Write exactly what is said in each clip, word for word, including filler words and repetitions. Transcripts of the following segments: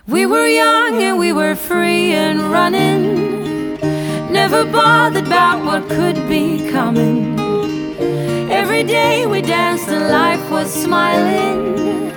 We were young and we were free and running, never bothered about what could be coming. Every day we danced and life was smiling.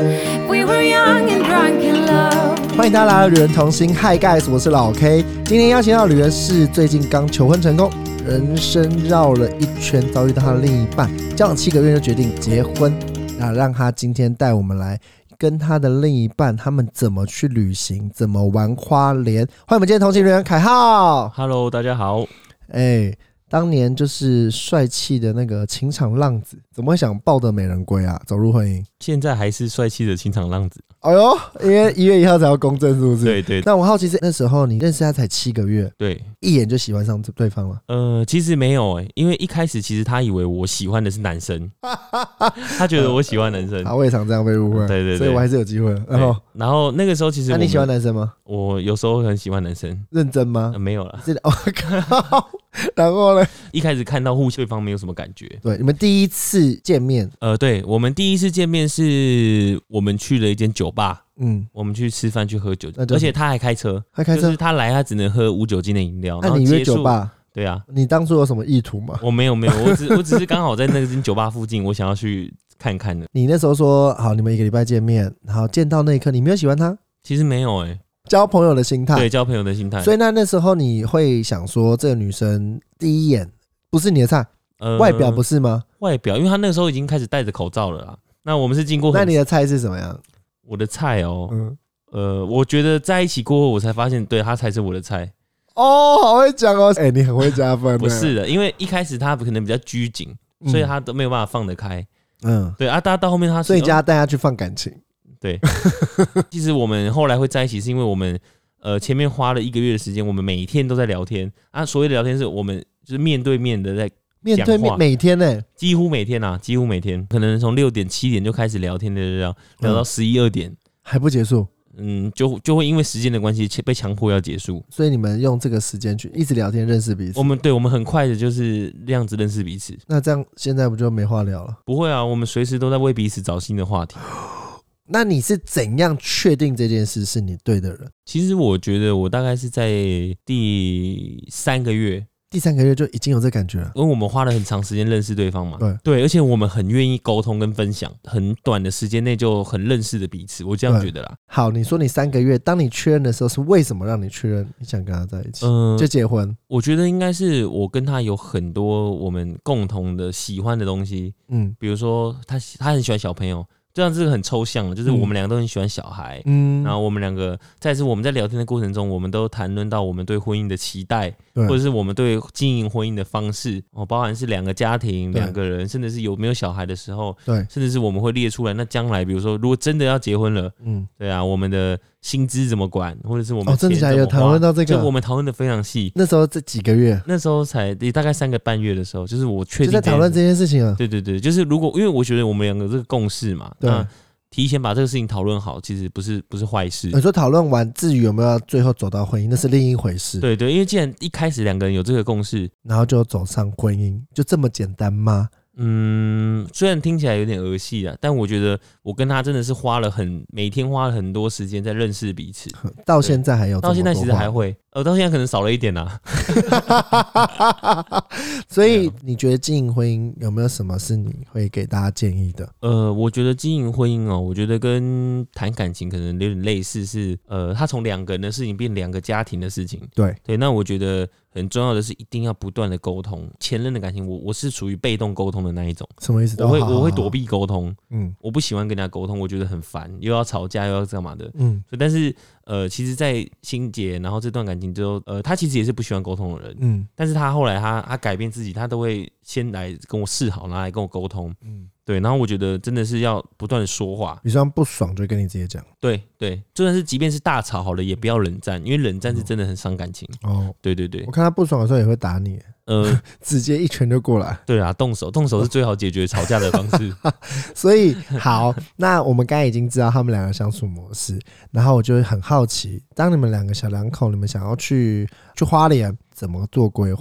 We were young and drunk in love. 欢迎大家来到旅人同行 Hi guys， 我是老 K。今天邀请到的旅人是最近刚求婚成功，人生绕了一圈，遭遇到他的另一半，交往七个月就决定结婚。那让他今天带我们来跟他的另一半，他们怎么去旅行，怎么玩花莲。欢迎我们今天同行人凯浩。 Hello， 大家好。 哎，当年就是帅气的那个情场浪子，怎么会想抱得美人归啊？走入婚姻。 现在还是帅气的情场浪子。 哎呦，因为一月一号才要公证，是不是？ 对对。 那我好奇是那时候你认识他才七个月， 对， 一眼就喜欢上对方了？ 呃，其实没有哎、欸，因为一开始其实他以为我喜欢的是男生，他觉得我喜欢男生。 啊，我也常这样被误会，对对对，所以我还是有机会。然后， 然后那个时候其实， 那你喜欢男生吗？ 我有时候很喜欢男生。 认真吗？ 呃、没有啦。 是的，我、哦、靠。然后呢？ 一开始看到互对方没有什么感觉。 对，你们第一次见面， 呃，对，我们第一次见面是我们去了一间酒吧。嗯，我们去吃饭去喝酒，而且他还开车， 还开车， 就是他来他只能喝无酒精的饮料。 那你约酒吧？ 对啊， 你当初有什么意图吗？ 我没有没有，我只我只是刚好在那间酒吧附近，我想要去看看的。 你那时候说好，你们一个礼拜见面，然后见到那一刻，你没有喜欢他？ 其实没有哎、欸， 交朋友的心态， 对，交朋友的心态。 所以那那时候你会想说，这个女生第一眼不是你的菜，呃、外表不是吗？ 外表，因为他那个时候已经开始戴着口罩了啦。那我们是经过， 那你的菜是什么样？ 我的菜哦，嗯。呃，我觉得在一起过后，我才发现，对他才是我的菜。 哦，好会讲哦！哎、欸，你很会加分。 不是的，因为一开始他可能比较拘谨，嗯、所以他都没有办法放得开。嗯，对啊，大家到后面他， 所以家带他去放感情。 对，其实我们后来会在一起，是因为我们呃前面花了一个月的时间，我们每天都在聊天啊。所谓的聊天，是我们就是面对面的在面对面，每天呢、欸， 几乎每天啊，几乎每天，可能从六点七点就开始聊天，聊聊聊到十一二点， 还不结束。 嗯，就就会因为时间的关系被强迫要结束， 所以你们用这个时间去一直聊天认识彼此。 我们对我们很快的就是这样子认识彼此。 那这样现在不就没话聊了？ 不会啊，我们随时都在为彼此找新的话题。 那你是怎样确定这件事是你对的人？ 其实我觉得我大概是在第三个月。 第三个月就已经有这感觉了， 因为我们花了很长时间认识对方嘛， 对对，而且我们很愿意沟通跟分享，很短的时间内就很认识的彼此，我这样觉得啦。 好，你说你三个月，当你确认的时候，是为什么让你确认你想跟他在一起？嗯、呃，就结婚？ 我觉得应该是我跟他有很多我们共同的喜欢的东西，嗯，比如说他他很喜欢小朋友。这样这个很抽象的，就是我们两个都很喜欢小孩，嗯，然后我们两个，再是我们在聊天的过程中，我们都谈论到我们对婚姻的期待，或者是我们对经营婚姻的方式，哦，包含是两个家庭、两个人，甚至是有没有小孩的时候，对，甚至是我们会列出来，那将来比如说如果真的要结婚了，嗯，对啊，我们的薪资怎么管，或者是我们钱怎么花，哦，真的假的有讨论到这个，就我们讨论的非常细。 那时候这几个月， 那时候才大概三个半月的时候，就是我确定就在讨论这件事情啊。 对对对，就是如果因为我觉得我们两个这个共识嘛，对。那提前把这个事情讨论好，其实不是不是坏事。 你说讨论完，至于有没有要最后走到婚姻，那是另一回事。 对对，因为既然一开始两个人有这个共识， 然后就走上婚姻，就这么简单吗？ 嗯，虽然听起来有点儿戏啊，但我觉得我跟他真的是花了很每天花了很多时间在认识彼此。 到现在还有这么多话？ 到现在其实还会，呃，到现在可能少了一点啦。 所以你觉得经营婚姻有没有什么是你会给大家建议的？ 呃，我觉得经营婚姻哦，我觉得跟谈感情可能有点类似是，是呃，它从两个人的事情变两个家庭的事情。 对对，那我觉得很重要的是一定要不断的沟通。前任的感情，我我是属于被动沟通的那一种。 什么意思？ 我会我会躲避沟通，嗯，我不喜欢跟人家沟通，我觉得很烦，又要吵架又要干嘛的，嗯，但是呃，其实，在心结，然后这段感情之后，呃，他其实也是不喜欢沟通的人，嗯，但是他后来他他改变自己，他都会先来跟我示好，然后来跟我沟通，嗯，对，然后我觉得真的是要不断的说话， 你这样不爽就跟你直接讲， 对对，就算是即便是大吵好了，也不要冷战，因为冷战是真的很伤感情，哦，对对对， 我看他不爽的时候也会打你。呃，直接一拳就过来。 对啊，动手，动手是最好解决吵架的方式。 所以好，那我们刚才已经知道他们两个相处模式，然后我就很好奇，当你们两个小两口，你们想要去去花莲怎么做规划？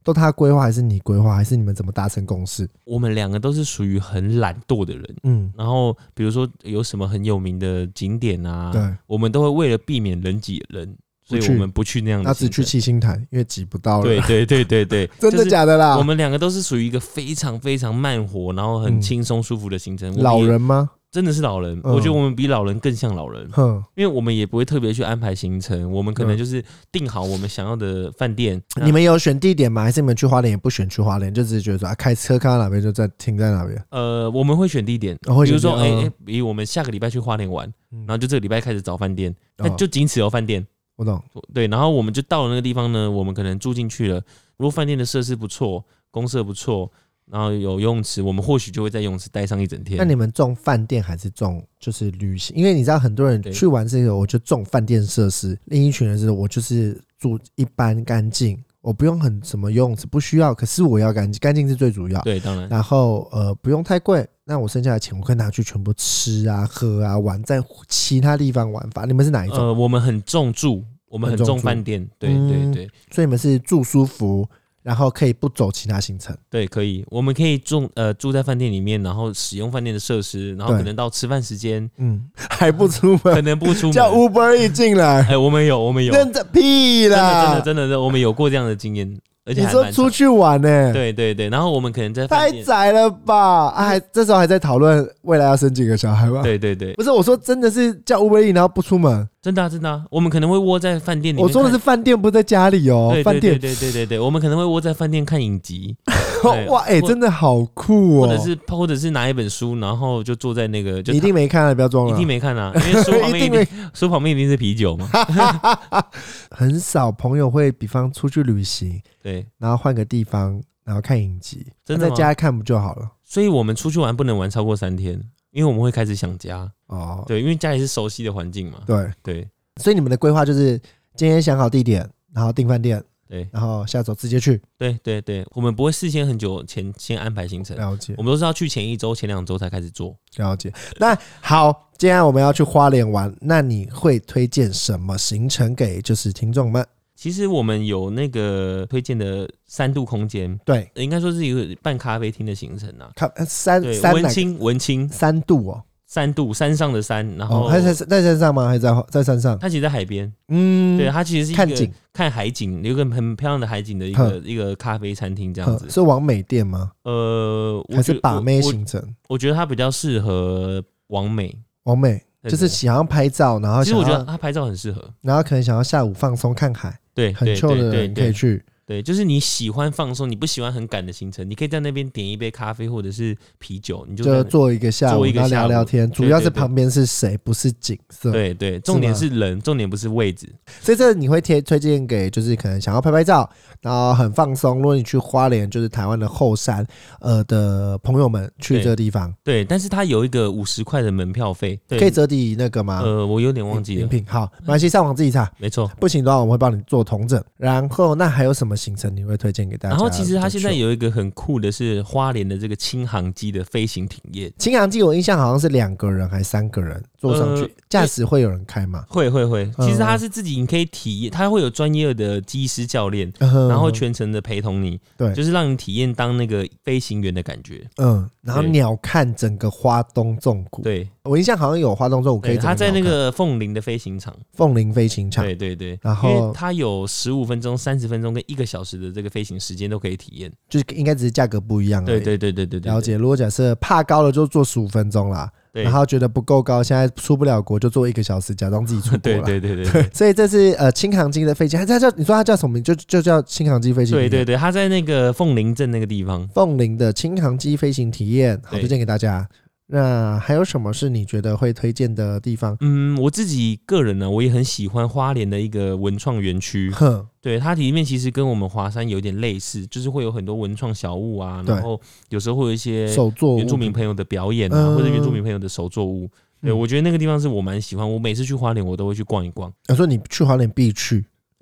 都他规划还是你规划，还是你们怎么达成共识？ 我们两个都是属于很懒惰的人，嗯，然后比如说有什么很有名的景点啊，对，我们都会为了避免人挤人，所以我们不去那样的行程， 那只去七星潭，因为挤不到了。 对对对对对， 真的假的啦？ 我们两个都是属于一个非常非常慢活，然后很轻松舒服的行程。 嗯、老人吗？ 真的是老人、嗯，我觉得我们比老人更像老人，嗯、因为我们也不会特别去安排行程，我们可能就是定好我们想要的饭店。 你们有选地点吗？还是你们去花莲也不选去花莲，就只是觉得说、啊、开车开到哪边就在停在哪边？ 呃，我们会选地点，哦、比如说，哎、欸欸，比如我们下个礼拜去花莲玩、嗯，然后就这个礼拜开始找饭店，那、哦、就仅此有饭店。 我懂， 对，然后我们就到了那个地方呢，我们可能住进去了，如果饭店的设施不错，公设不错。然后有游泳池，我们或许就会在游泳池待上一整天。 那你们中饭店还是中就是旅行？因为你知道很多人去玩这个，我就中饭店设施；另一群人是我就是住一般干净，我不用很什么游泳池，不需要。可是我要干净，干净是最主要。 对，当然。 然后呃，不用太贵，那我剩下的钱我可以拿去全部吃啊、喝啊、玩，在其他地方玩法。你们是哪一种？ 呃，我们很重住，我们很重饭店。对对对、嗯， 所以你们是住舒服。然后可以不走其他行程， 对，可以，我们可以住呃住在饭店里面，然后使用饭店的设施，然后可能到吃饭时间， 嗯，还不出门， 可能不出门， 叫 Uber Eats 进来， 哎、欸，我们有，我们有， 真的屁啦， 真的真的真的，我们有过这样的经验。而且还你说出去玩呢、欸？ 对对对，然后我们可能在太窄了吧？啊，还这时候还在讨论未来要生几个小孩吧？ 对对对， 不是我说真的是叫 Uber Eats 然后不出门， 真的啊真的啊，我们可能会窝在饭店里面。 我说的是饭店，不在家里哦。饭店， 对对对对对，我们可能会窝在饭店看影集。 哇，哎、欸，真的好酷哦！ 或者是或者是拿一本书，然后就坐在那个，就你一定没看啊，不要装了， 一定没看啊，因为书旁边一定书旁边一定是啤酒嘛。 很少朋友会，比方出去旅行， 对， 然后换个地方，然后看影集，真的在家看不就好了？ 所以我们出去玩不能玩超过三天，因为我们会开始想家哦。对，因为家里是熟悉的环境嘛。 对对， 所以你们的规划就是今天想好地点，然后订饭店。 对， 然后下周直接去。 对对对，我们不会事先很久前先安排行程， 了解。 我们都是要去前一周、前两周才开始做。 了解。那好，既然我们要去花莲玩，那你会推荐什么行程给就是听众们？ 其实我们有那个推荐的三度空间， 对， 应该说是一个半咖啡厅的行程啊。 咖三三文青文青三度哦。 山度，山上的山，然后还、哦、在在山上吗？还是在在山上？ 它其实在海边， 嗯， 对，它其实是一个看景、 看海景，有一个很漂亮的海景的一个一个咖啡餐厅这样子。 是网美店吗？ 呃， 还是把妹行程？ 我, 我觉得它比较适合网美， 网美就是想要拍照，然后其实我觉得它拍照很适合， 然后可能想要下午放松看海， 对， 很 chill 的人可以去。 对，就是你喜欢放松，你不喜欢很赶的行程，你可以在那边点一杯咖啡或者是啤酒，你就就坐一个下午，然后聊聊天。主要是旁边是谁，不是景色。 对对，重点是人，重点不是位置。 所以这你会推推荐给就是可能想要拍拍照，然后很放松。如果你去花莲，就是台湾的后山呃的朋友们去这个地方。 对，但是它有一个五十块的门票费， 可以折抵那个吗？ 呃，我有点忘记了。 饮品好，没关系，上网自己查。 没错， 不行的话我们会帮你做统整。然后那还有什么行程你会推荐给大家？ 然后其实它现在有一个很酷的是花莲的这个轻航机的飞行体验。 轻航机我印象好像是两个人还是三个人坐上去，驾驶、呃、会有人开吗？ 会会会，其实它是自己你可以体验，它会有专业的机师教练、嗯，然后全程的陪同你，对，就是让你体验当那个飞行员的感觉。嗯， 然后鸟瞰整个花东纵谷。 对， 我印象好像有花东纵谷可以。 它在那个凤林的飞行场。 凤林飞行场。 对对对， 然后因为它有十五分钟、三十分钟跟一个小时的这个飞行时间都可以体验， 就是应该只是价格不一样而已。 对对对对 对, 对, 对， 了解。如果假设怕高了就做十五分钟啦。然后觉得不够高，现在出不了国就做一个小时，假装自己出国了。 对对对 对, 对， 所以这是呃轻航机的飞机，它叫你说它叫什么名？就就叫轻航机飞行。 对对对，它在那个凤林镇那个地方。 凤林的轻航机飞行体验，好推荐给大家。那还有什么是你觉得会推荐的地方？ 嗯，我自己个人呢，我也很喜欢花莲的一个文创园区。对，它里面其实跟我们华山有点类似，就是会有很多文创小物啊，然后有时候会有一些手作原住民朋友的表演啊，嗯、或者原住民朋友的手作物。对，我觉得那个地方是我蛮喜欢，我每次去花莲我都会去逛一逛。 我说你去花莲必去。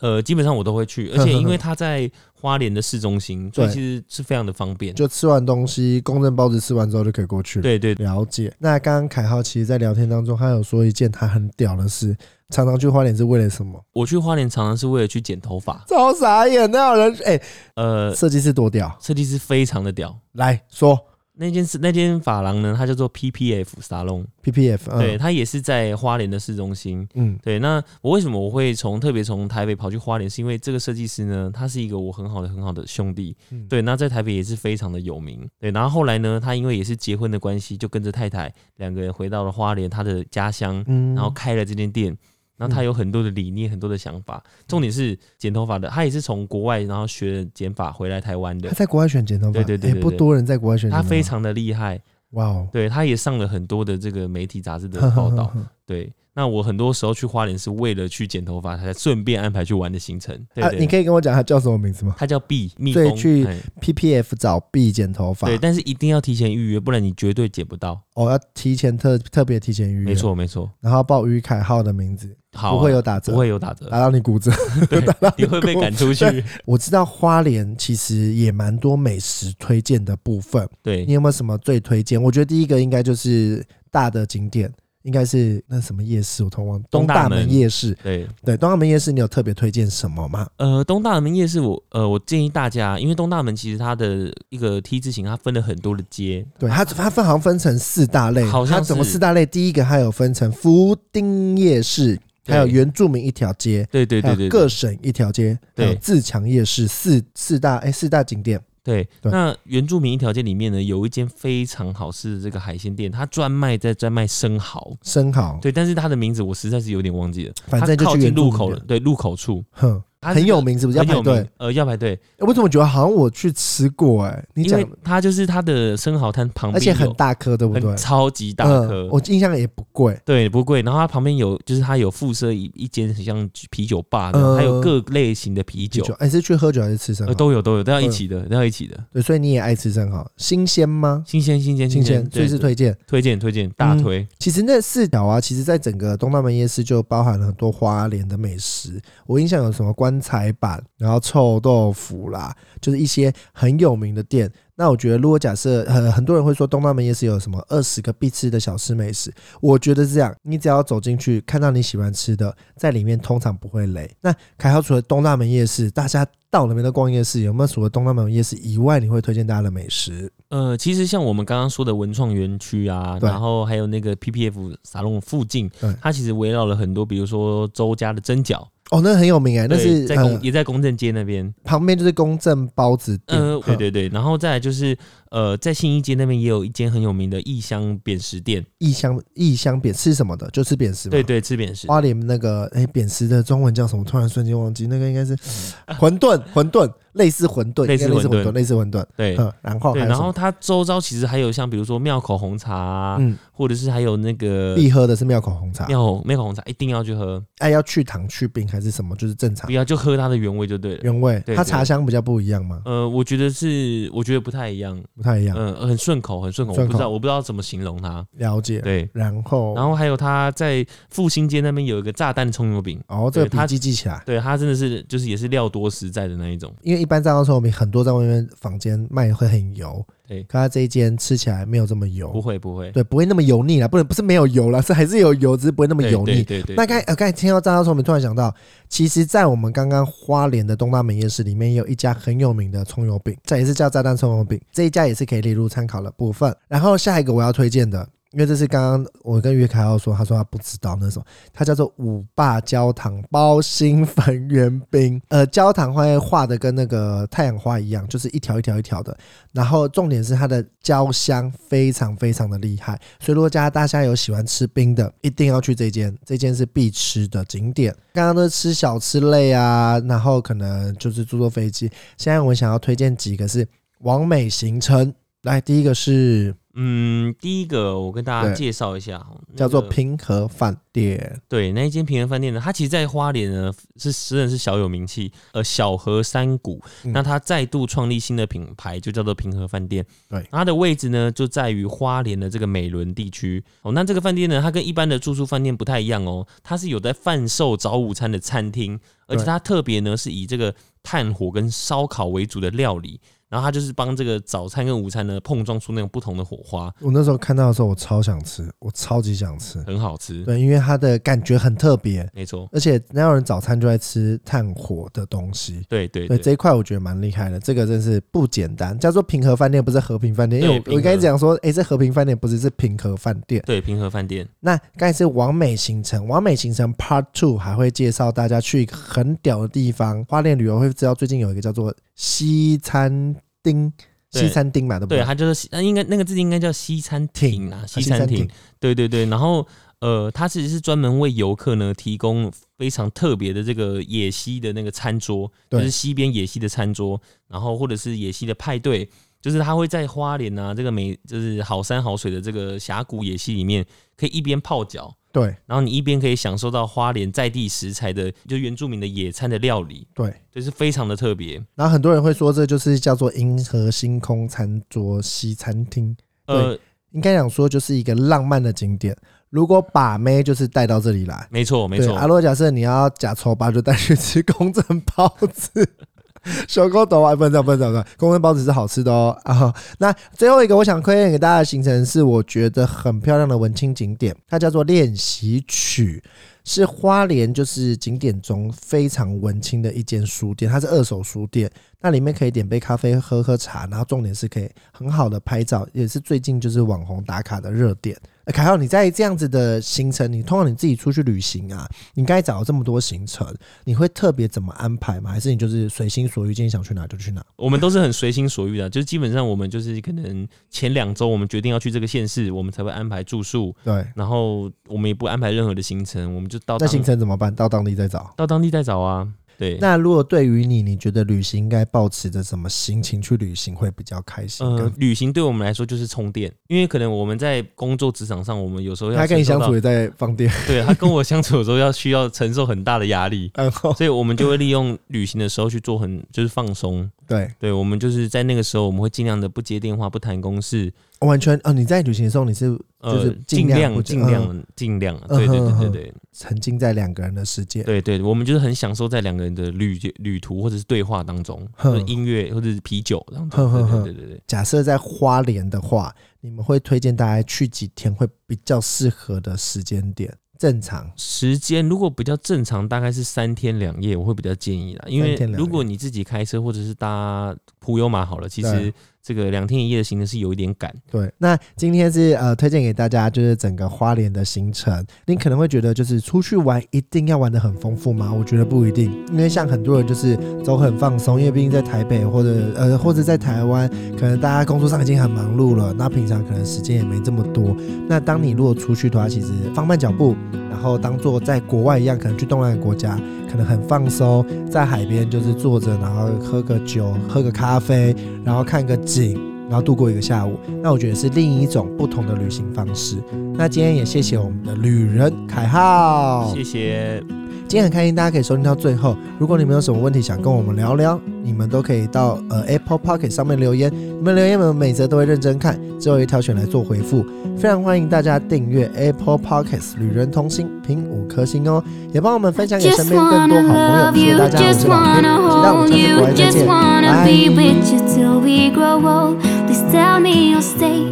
呃，基本上我都会去，而且因为它在花莲的市中心，所以其实是非常的方便。 就吃完东西，公正包子吃完之后就可以过去了。 对对， 了解。那刚刚凯浩其实在聊天当中，他有说一件他很屌的事，常常去花莲是为了什么？ 我去花莲常常是为了去剪头发。 超傻眼，那有人哎、欸， 呃， 设计师多屌， 设计师非常的屌。 来说。 那间是那间发廊呢，它叫做 P P F 沙龙 ，P P F，、嗯、 对，它也是在花莲的市中心。嗯，对。那我为什么我会从特别从台北跑去花莲，是因为这个设计师呢，他是一个我很好的很好的兄弟。嗯，对。那在台北也是非常的有名。对，然后后来呢，他因为也是结婚的关系，就跟着太太两个人回到了花莲，他的家乡，嗯、然后开了这间店。然后他有很多的理念，很多的想法。重点是剪头发的，他也是从国外然后学剪法回来台湾的。 他在国外选剪头发， 对对 对, 对, 对、欸， 不多人在国外选剪头发。 他非常的厉害，哇哦！对，他也上了很多的这个媒体杂志的报道。对，那我很多时候去花莲是为了去剪头发，才顺便安排去玩的行程。对对对啊， 你可以跟我讲他叫什么名字吗？ 他叫 B 蜜蜂， 所以去 P P F 找 B 剪头发。 对，但是一定要提前预约，不然你绝对剪不到。 哦，要提前特特别提前预约， 没错没错。 然后报于凯浩的名字。 好、啊， 不会有打折， 不会有打折， 打到你骨折， 对，你会被赶出去。 我知道花莲其实也蛮多美食推荐的部分， 对， 你有没有什么最推荐？我觉得第一个应该就是大的景点，应该是那什么夜市，我突然忘了，东大门夜市。 对对，东大门夜市，你有特别推荐什么吗？ 呃，东大门夜市我，呃，我建议大家，因为东大门其实它的一个 T 字形，它分了很多的街， 对，它它分好像分成四大类， 好像是它怎么四大类？第一个它有分成福丁夜市。还有原住民一条街， 对对对对， 各省一条街，还有自强夜市，四四大哎、欸、四大景点。 对，那原住民一条街里面呢，有一间非常好吃的这个海鲜店，它专卖在专卖生蚝， 生蚝。 对，但是它的名字我实在是有点忘记了， 反正就靠近入口了，对，入口处。哼。 很有名是不是？要排队？ 呃，要排队。 我怎么觉得好像我去吃过哎、欸？你讲，因为它就是它的生蚝摊旁边， 而且很大颗，对不对？ 超级大颗、 嗯，我印象也不贵， 对，不贵。然后它旁边有，就是它有附设一一间像啤酒吧的，嗯、还有各类型的啤酒。 哎、欸，是去喝酒还是吃生蚝？ 呃，都有都有，都要一起的，嗯、都要一起的。 对，所以你也爱吃生蚝，新鲜吗？ 新鲜，新鲜， 新鲜，所以是推荐， 推荐，推荐，大推、嗯。 其实那四条啊，其实在整个东大门夜市就包含了很多花莲的美食。我印象有什么棺材板。然后臭豆腐啦，就是一些很有名的店。那我觉得，如果假设呃很多人会说东大门夜市有什么二十个必吃的小吃美食，我觉得是这样，你只要走进去看到你喜欢吃的，在里面通常不会雷。那凯浩除了东大门夜市，大家到那边的逛夜市，有没有除了东大门夜市以外，你会推荐大家的美食？ 呃，其实像我们刚刚说的文创园区啊，然后还有那个 P P F 沙龙附近，它其实围绕了很多，比如说周家的蒸饺。 哦，那很有名哎，那是在公、呃、也在公正街那边， 旁边就是公正包子店。 呃，对对对，然后再来就是呃，在信义街那边也有一间很有名的义香扁食店。 义香义香扁吃什么的？就吃扁食吗？ 对对，吃扁食。 花莲那个哎，扁食的中文叫什么？突然瞬间忘记，那个应该是馄饨，馄饨。类似馄饨， 类似馄饨， 类似馄饨， 对， 嗯，然后对，然后它周遭其实还有像比如说庙口红茶、啊，嗯，或者是还有那个必喝的是庙口红茶， 庙庙口红茶一定要去喝， 哎，要去糖去冰还是什么？就是正常， 不要就喝它的原味就对了， 原味，它茶香比较不一样吗？ 呃，我觉得是，我觉得不太一样， 不太一样， 嗯、呃，很顺口，很顺口，我不知道，我不知道怎么形容它， 了解， 对， 然后， 然后还有它在复兴街那边有一个炸弹葱油饼， 哦，这个笔记记起来， 对，它真的是就是也是料多实在的那一种， 因为一般炸弹葱油饼很多在外面坊间卖会很油， 对， 可它这一间吃起来没有这么油， 不会不会， 对，不会那么油腻啦，不能不是没有油啦，是还是有油，只是不会那么油腻。 对对对对对， 那刚才呃刚才听到炸弹葱油饼，突然想到，其实，在我们刚刚花莲的东大门夜市里面，也有一家很有名的葱油饼，这也是叫炸弹葱油饼，这一家也是可以列入参考的部分。然后下一个我要推荐的。因为这是刚刚我跟岳凯浩说，他说他不知道那种，它叫做五霸焦糖包心粉圆冰。呃，焦糖会画的跟那个太阳花一样，就是一条一条一条的。然后重点是它的焦香非常非常的厉害，所以如果家大家有喜欢吃冰的，一定要去这间，这间是必吃的景点。刚刚都是吃小吃类啊，然后可能就是坐坐飞机。现在我想要推荐几个是网美行程。来，第一个是嗯，第一个我跟大家介绍一下，那个、 叫做平和饭店。 对，那一间平和饭店呢，它其实在花莲呢是真的是小有名气。呃，小河山谷，嗯、那它再度创立新的品牌，就叫做平和饭店。 对， 它的位置呢就在于花莲的这个美仑地区。哦，那这个饭店呢，它跟一般的住宿饭店不太一样哦，它是有在贩售早午餐的餐厅，而且它特别呢是以这个炭火跟烧烤为主的料理。然后他就是帮这个早餐跟午餐呢碰撞出那种不同的火花。 我那时候看到的时候，我超想吃，我超级想吃， 很好吃。 对，因为它的感觉很特别， 没错。而且哪有人早餐就在吃炭火的东西？ 对对 对, 对，这一块我觉得蛮厉害的，这个真是不简单。叫做平和饭店，不是和平饭店，因为 我, 我刚才讲说，哎，这和平饭店不是，是平和饭店。 对，平和饭店。 那刚才是完美行程，完美行程 Part Two 还会介绍大家去一个很屌的地方。花莲旅游会知道，最近有一个叫做西餐町。西餐厅嘛，对不对？ 对，它就是应该那个字应该叫西餐厅啊，西餐厅。对对对，然后呃，它其实是专门为游客呢提供非常特别的这个野溪的那个餐桌，就是溪边野溪的餐桌，然后或者是野溪的派对，就是它会在花莲啊这个美就是好山好水的这个峡谷野溪里面，可以一边泡脚。 对， 然后你一边可以享受到花莲在地食材的，就原住民的野餐的料理， 对， 就是非常的特别。 然后很多人会说，这就是叫做银河星空餐桌西餐厅。呃，应该讲说就是一个浪漫的景点。如果把妹就是带到这里来， 没错没错。 啊，如果假设你要假抽吧，就带去吃公正包子。小狗斗啊，不能这样，不能这样，公正包子是好吃的哦。啊，那最后一个我想推荐给大家的行程是，我觉得很漂亮的文青景点，它叫做练习曲，是花莲就是景点中非常文青的一间书店，它是二手书店，那里面可以点杯咖啡，喝喝茶，然后重点是可以很好的拍照，也是最近就是网红打卡的热点。凯浩，你在这样子的行程，你通常你自己出去旅行啊，你该找这么多行程，你会特别怎么安排吗？还是你就是随心所欲，今天想去哪就去哪？ 我们都是很随心所欲的，就是基本上我们就是可能前两周我们决定要去这个县市，我们才会安排住宿， 对， 然后我们也不安排任何的行程，我们就到那行程怎么办？到当地再找， 到当地再找啊。对， 那如果对于你，你觉得旅行应该抱持着什么心情去旅行会比较开心？ 呃，旅行对我们来说就是充电，因为可能我们在工作职场上，我们有时候要他跟你相处也在放电， 对，他跟我相处有时候要需要承受很大的压力，所以我们就会利用旅行的时候去做很就是放松。 对， 对，我们就是在那个时候，我们会尽量的不接电话，不谈公事。 完全哦，你在旅行的时候你是就是尽量尽量尽量，对对对对对， 沉浸在两个人的世界。 对对，我们就是很享受在两个人的旅旅途或者是对话当中，或者音乐或者是啤酒当中。对对对对对。 假设在花莲的话，你们会推荐大家去几天会比较适合的时间点？正常时间如果比较正常，大概是三天两夜，我会比较建议啦。因为如果你自己开车或者是搭普悠玛好了，其实这个两天一夜的行程是有一点赶。 对，那今天是呃推荐给大家就是整个花莲的行程。你可能会觉得就是出去玩一定要玩得很丰富吗？我觉得不一定，因为像很多人就是走很放松，因为毕竟在台北或者呃或者在台湾，可能大家工作上已经很忙碌了，那平常可能时间也没这么多。那当你如果出去的话，其实放慢脚步，然后当作在国外一样，可能去东南亚国家，可能很放松，在海边就是坐着，然后喝个酒，喝个咖啡，然后看个景，然后度过一个下午。那我觉得是另一种不同的旅行方式。那今天也谢谢我们的旅人凯浩， 谢谢。 今天很开心大家可以收听到最后，如果你们有什么问题想跟我们聊聊，你们都可以到呃 Apple Podcast 上面留言，你们留言我们每则都会认真看，之后也挑选来做回复。非常欢迎大家订阅 Apple Podcast 旅人同行，评五颗星哦，也帮我们分享给身边更多好朋友。谢谢大家，我是老 K， 期待我们下次国外再见，拜。